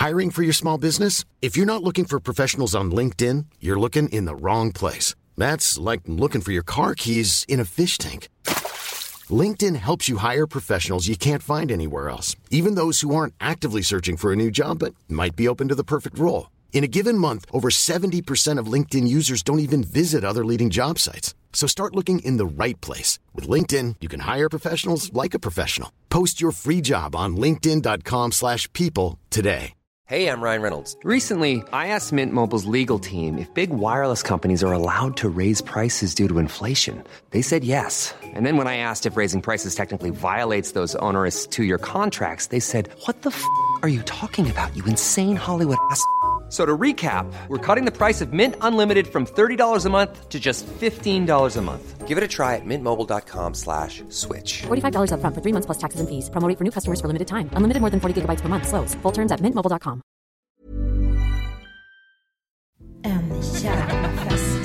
Hiring for your small business? If you're not looking for professionals on LinkedIn, you're looking in the wrong place. That's like looking for your car keys in a fish tank. LinkedIn helps you hire professionals you can't find anywhere else, even those who aren't actively searching for a new job but might be open to the perfect role. In a given month, over 70% of LinkedIn users don't even visit other leading job sites. So start looking in the right place. With LinkedIn, you can hire professionals like a professional. Post your free job on linkedin.com/people today. Hey, I'm Ryan Reynolds. Recently, I asked Mint Mobile's legal team if big wireless companies are allowed to raise prices due to inflation. They said yes. And then when I asked if raising prices technically violates those onerous two-year contracts, they said, "What the f*** are you talking about, you insane Hollywood ass?" So to recap, we're cutting the price of Mint Unlimited from $30 a month to just $15 a month. Give it a try at mintmobile.com/switch. $45 up front for 3 months plus taxes and fees. Promo rate for new customers for limited time. Unlimited more than 40 gigabytes per month. Slows full terms at mintmobile.com. En jävla fest.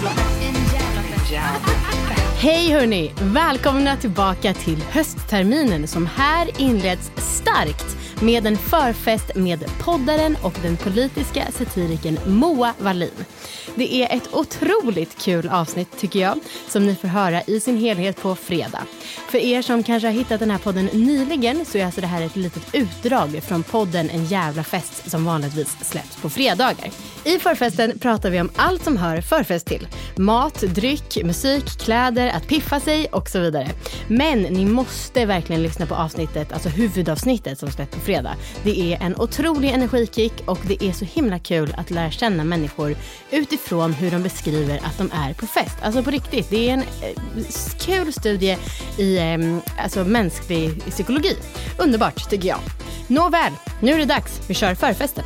Hej hörni, välkomna tillbaka till höstterminen som här inleds starkt med en förfest med poddaren och den politiska satiriken Moa Wallin. Det är ett otroligt kul avsnitt tycker jag, som ni får höra i sin helhet på fredag. För er som kanske har hittat den här podden nyligen så är alltså det här ett litet utdrag från podden En jävla fest som vanligtvis släpps på fredagar. I förfesten pratar vi om allt som hör förfest till. Mat, dryck, musik, kläder, att piffa sig och så vidare. Men ni måste verkligen lyssna på avsnittet, alltså huvudavsnittet som släpps på fredag. Det är en otrolig energikick och det är så himla kul att lära känna människor utifrån hur de beskriver att de är på fest. Alltså på riktigt, det är en kul studie i alltså mänsklig psykologi. Underbart tycker jag. Nåväl, nu är det dags. Vi kör förfesten.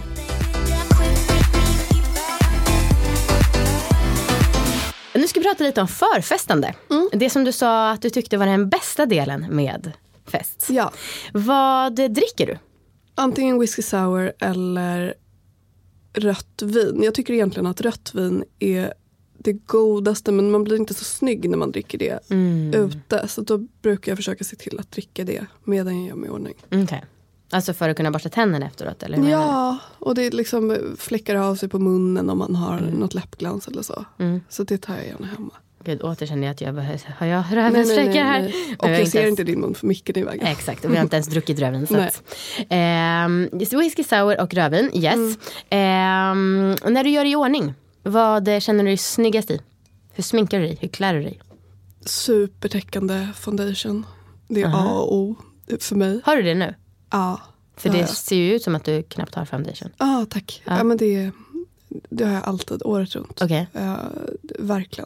Nu ska vi prata lite om förfestande. Det som du sa att du tyckte var den bästa delen med fest. Ja. Vad dricker du? Antingen whisky sour eller rött vin. Jag tycker egentligen att rött vin är det godaste, men man blir inte så snygg när man dricker det ute. Så då brukar jag försöka se till att dricka det medan jag gör mig i ordning. Okay. Alltså för att kunna borsta tänderna efteråt? Eller ja, och det liksom fläckar av sig på munnen om man har något läppglans eller så. Så det tar jag gärna hemma. Gud, återkänner jag att har jag rövensträckare här? Nej. Och jag ser inte din mun för mycket i vägen. Exakt, och vi har inte ens druckit röven. Så att, whisky sour och röven, yes. När du gör i ordning, vad känner du dig snyggast i? Hur sminkar du dig? Hur klär du dig? Supertäckande foundation. Det är A och O för mig. Har du det nu? Ja. För det ser ju ut som att du knappt har foundation. Ja, tack. Ja, men det har jag alltid, året runt. Okej. Verkligen.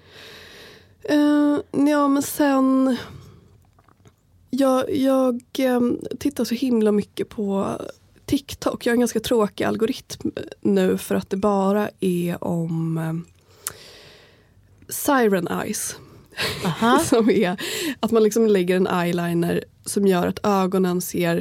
Ja, men sen... Jag tittar så himla mycket på TikTok. Jag har en ganska tråkig algoritm nu för att det bara är om siren eyes. Som är att man liksom lägger en eyeliner som gör att ögonen ser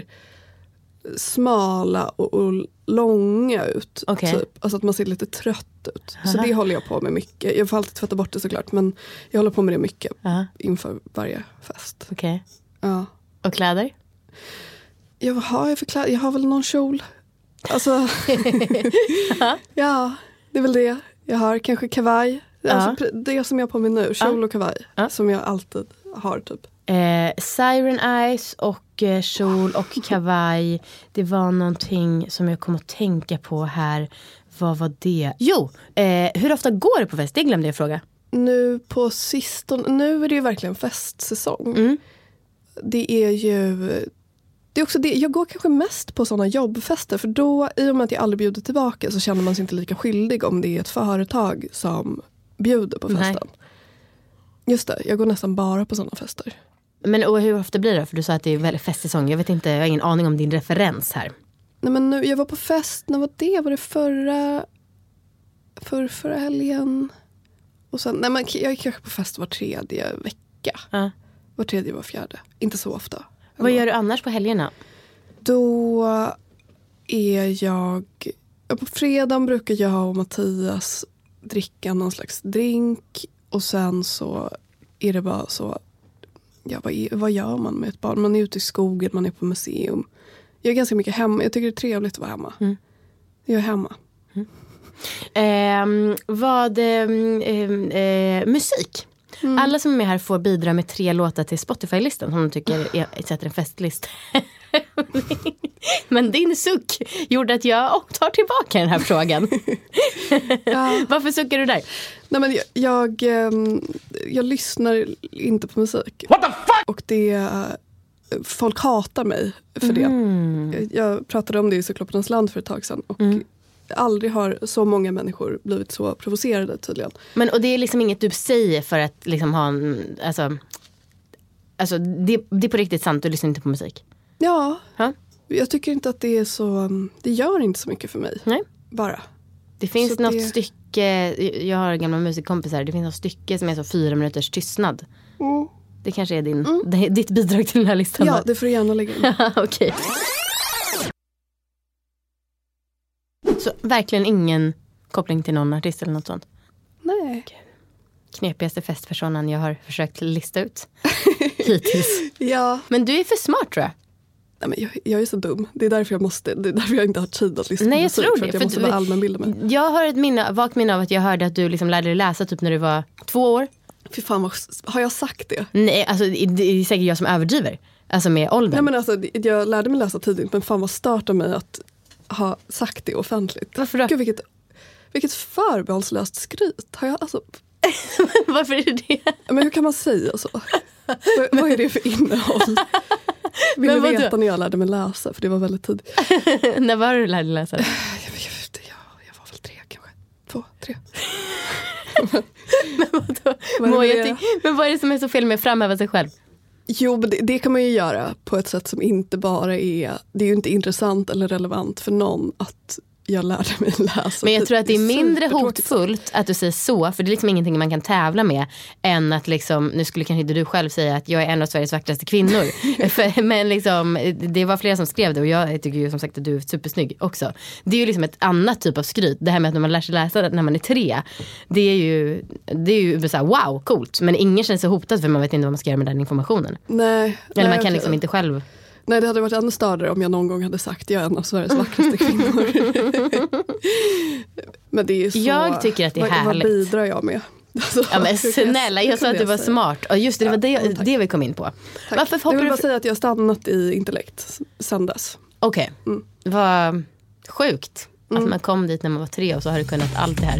smala och långa ut. Typ. Alltså att man ser lite trött ut. Så det håller jag på med mycket. Jag får alltid tvätta bort det såklart, men jag håller på med det mycket inför varje fest. Okej. Ja. Och kläder? Vad har jag för kläder? Jag har väl någon kjol. Alltså, ja, det är väl det. Jag har kanske kavaj. Alltså, det som jag har på mig nu, kjol och kavaj. Som jag alltid har typ. Siren Eyes och kjol och kavaj. Det var någonting som jag kom att tänka på här. Vad var det? Jo, hur ofta går det på fest? Det glömde jag fråga. Nu på sistone, nu är det ju verkligen festsäsong. Det är ju... Det är också det, jag går kanske mest på sådana jobbfester. För då, i och med att jag aldrig bjuder tillbaka, så känner man sig inte lika skyldig om det är ett företag som bjuder på festen. Nej. Just det, jag går nästan bara på sådana fester. Men och hur ofta blir det? För du sa att det är väldigt festsäsong. Jag vet inte, jag har ingen aning om din referens här. Nej, men nu, jag var på fest, när var det? Var det förra helgen? Och sen, nej, men jag är kanske på fest var tredje vecka. Var tredje, var fjärde. Inte så ofta. Vad gör du annars på helgerna? Då är jag... På fredagen brukar jag och Mattias dricka någon slags drink. Och sen så är det bara så... Ja, vad gör man med ett barn? Man är ute i skogen, man är på museum. Jag är ganska mycket hemma. Jag tycker det är trevligt att vara hemma. Jag är hemma. Musik. Alla som är med här får bidra med 3 låtar till Spotify-listan som de tycker sätter en festlist. Men din suck gjorde att jag tar tillbaka den här frågan. Varför suckar du där? Nej, men jag lyssnar inte på musik. What the fuck? Och folk hatar mig för det. Jag pratade om det i Cyklopernas land för ett tag sedan. Och aldrig har så många människor blivit så provocerade tydligen. Men och det är liksom inget du säger för att liksom ha en... Alltså det är på riktigt sant, du lyssnar inte på musik? Ja, jag tycker inte att det är så... Det gör inte så mycket för mig. Nej. Bara. Det finns så något stycke... Jag har gamla musikkompisar. Det finns något stycke som är så 4 minuters tystnad. Det kanske är ditt bidrag till den här listan. Ja, det får du gärna lägga in. Okej. Så verkligen ingen koppling till någon artist eller något sånt? Nej. Knepigaste festpersonen jag har försökt lista ut hittills. Ja. Men du är för smart, tror jag. Nej, men jag är så dum. Det är därför jag inte har tid att lyssna på musik. Jag tror det. För jag måste vara allmänbilda mig. Jag har ett vagt minne av att jag hörde att du liksom lärde dig läsa typ när du var 2 år. Fy fan, har jag sagt det? Nej, alltså det är säkert jag som överdriver. Alltså med åldern. Nej, men alltså, jag lärde mig läsa tidigt. Men fan vad stört av mig att ha sagt det offentligt. Varför då? Gud, vilket förbehållslöst skryt. Har jag alltså... Varför är det det? Men hur kan man säga så? Vad är det för innehåll? Vill du veta när jag lärde mig läsa? För det var väldigt tidigt. När var du lärde läsa? Jag var väl 3 kanske. 2, 3. Men vadå? Men vad är det som är så fel med att framhäva sig själv? Jo, men det kan man ju göra på ett sätt som inte bara är... Det är ju inte intressant eller relevant för någon att jag lärde mig läsa. Men jag tror att det är mindre hotfullt att du säger så. För det är liksom ingenting man kan tävla med. Än att liksom, nu skulle kanske inte du själv säga att jag är en av Sveriges vackraste kvinnor. Men liksom, det var flera som skrev det. Och jag tycker ju som sagt att du är supersnygg också. Det är ju liksom ett annat typ av skryt. Det här med att när man lär sig läsa när man är 3. Det är ju så här, wow, coolt. Men ingen känner sig hotad för man vet inte vad man ska göra med den informationen. Nej. Eller man kan liksom inte själv... Nej, det hade varit ännu större om jag någon gång hade sagt jag är en av Sveriges vackraste kvinnor. Men det är ju så... Jag tycker att det är härligt. Vad bidrar jag med? Alltså, ja, men snälla, jag sa att du var smart. Och just det var det vi kom in på. Varför jag vill bara säga att jag har stannat i intellekt sedan dess. Okej. Vad sjukt att man kom dit när man var 3 och så har du kunnat allt det här.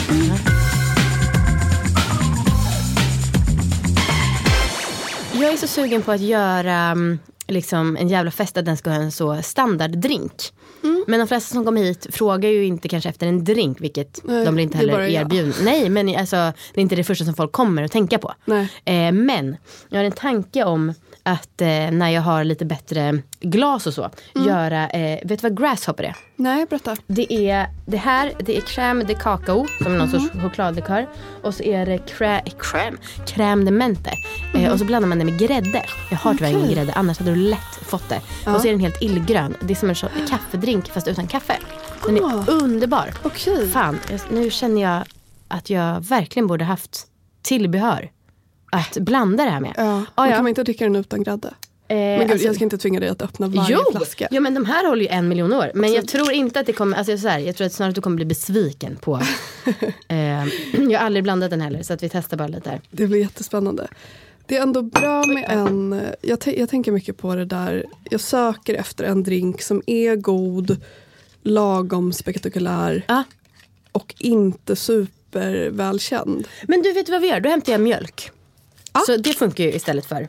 Jag är så sugen på att göra liksom en jävla fest att den ska ha en så standarddrink. Men de flesta som kommer hit frågar ju inte kanske efter en drink, vilket de blir inte heller erbjudna. Nej, men alltså, det är inte det första som folk kommer att tänka på. Men jag har en tanke om att när jag har lite bättre glas och så göra, vet du vad grasshopper är? Nej, berätta. Det är crème de kakao som är någon sorts chokladlikör, och så är det crème de menthe och så blandar man det med grädde. Jag har tyvärr ingen grädde, annars hade du lätt fått det. Och så är den helt illgrön. Det är som en kaffedrink fast utan kaffe. Den är underbar. Fan, nu känner jag att jag verkligen borde haft tillbehör att blanda det här med. Ja. Kan man inte dricka den utan grädde? Men gud, alltså, jag ska inte tvinga dig att öppna varje flaska. Jo, men de här håller ju 1 miljon år. Men jag tror inte att det kommer, alltså så här, jag tror att snarare att du kommer bli besviken på. Jag har aldrig blandat den heller, så att vi testar bara lite här. Det blir jättespännande. Det är ändå bra med en... Jag tänker mycket på det där. Jag söker efter en drink som är god, lagom spektakulär och inte supervälkänd. Men du, vet vad vi gör? Då hämtar jag mjölk. Så det funkar ju istället för.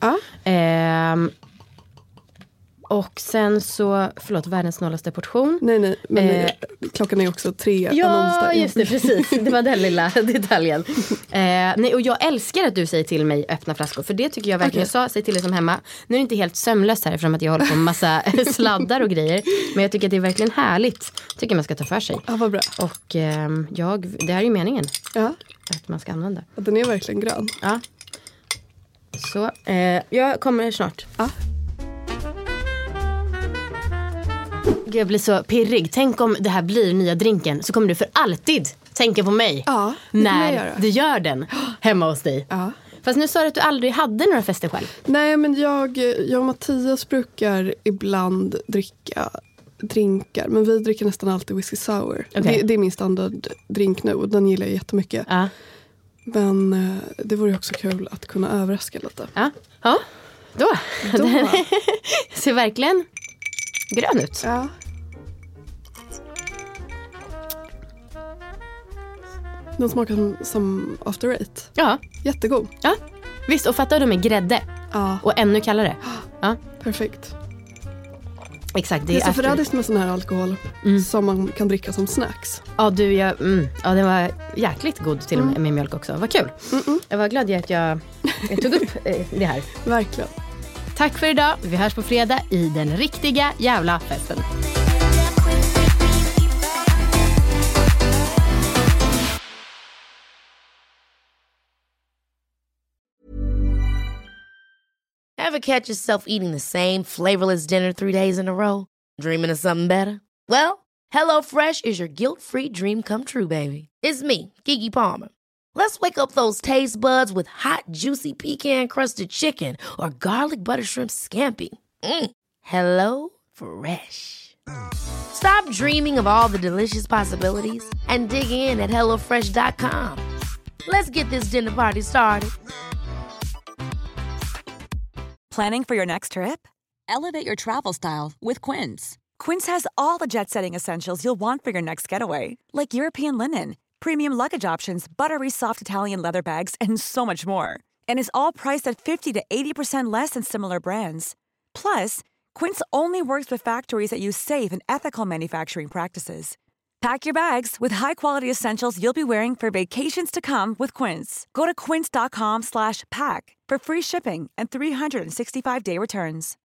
Och sen så, världens snålaste portion. Nej, men klockan är också 3. Ja, just det, precis. Det var den lilla detaljen. Nej, och jag älskar att du säger till mig öppna flaskor, för det tycker jag verkligen. Jag sa, säg till dig som hemma. Nu är det inte helt sömlöst här, eftersom att jag håller på med massa sladdar och grejer. Men jag tycker att det är verkligen härligt. Tycker man ska ta för sig. Ja, vad bra. Och det här är ju meningen. Ja. Att man ska använda. Den är verkligen grön. Ja. Så, jag kommer snart. Ja. Jag blir så pirrig. Tänk om det här blir nya drinken, så kommer du för alltid tänka på mig. Ja, när du gör den hemma hos dig. Ja. Fast nu sa du att du aldrig hade några fester själv. Nej, men jag och Mattias brukar ibland dricka drinkar. Men vi dricker nästan alltid whisky sour. Okay. Det är min standarddrink nu och den gillar jag jättemycket. Ja. Men det vore också kul att kunna överraska lite. Ja. Då. Den ser verkligen grön ut. Ja. Den smakar som After Eight. Ja. Jättegod. Ja. Visst, och fattar du med grädde. Ja. Och ännu kallare. Ja. Perfekt. Exakt. Det är så förrädiskt med sån här alkohol som man kan dricka som snacks. Ja, den var jäkligt god till och med mjölk också. Vad kul. Jag var glad att jag tog upp det här. Verkligen. Tack för idag. Vi hörs på fredag i den riktiga jävla festen. Ever catch yourself eating the same flavorless dinner 3 days in a row? Dreaming of something better? Well, HelloFresh is your guilt-free dream come true, baby. It's me, Keke Palmer. Let's wake up those taste buds with hot, juicy pecan-crusted chicken or garlic butter shrimp scampi. Hello Fresh. Stop dreaming of all the delicious possibilities and dig in at HelloFresh.com. Let's get this dinner party started. Planning for your next trip? Elevate your travel style with Quince. Quince has all the jet-setting essentials you'll want for your next getaway, like European linen, premium luggage options, buttery soft Italian leather bags, and so much more. And is all priced at 50 to 80% less than similar brands. Plus, Quince only works with factories that use safe and ethical manufacturing practices. Pack your bags with high-quality essentials you'll be wearing for vacations to come with Quince. Go to quince.com/pack for free shipping and 365-day returns.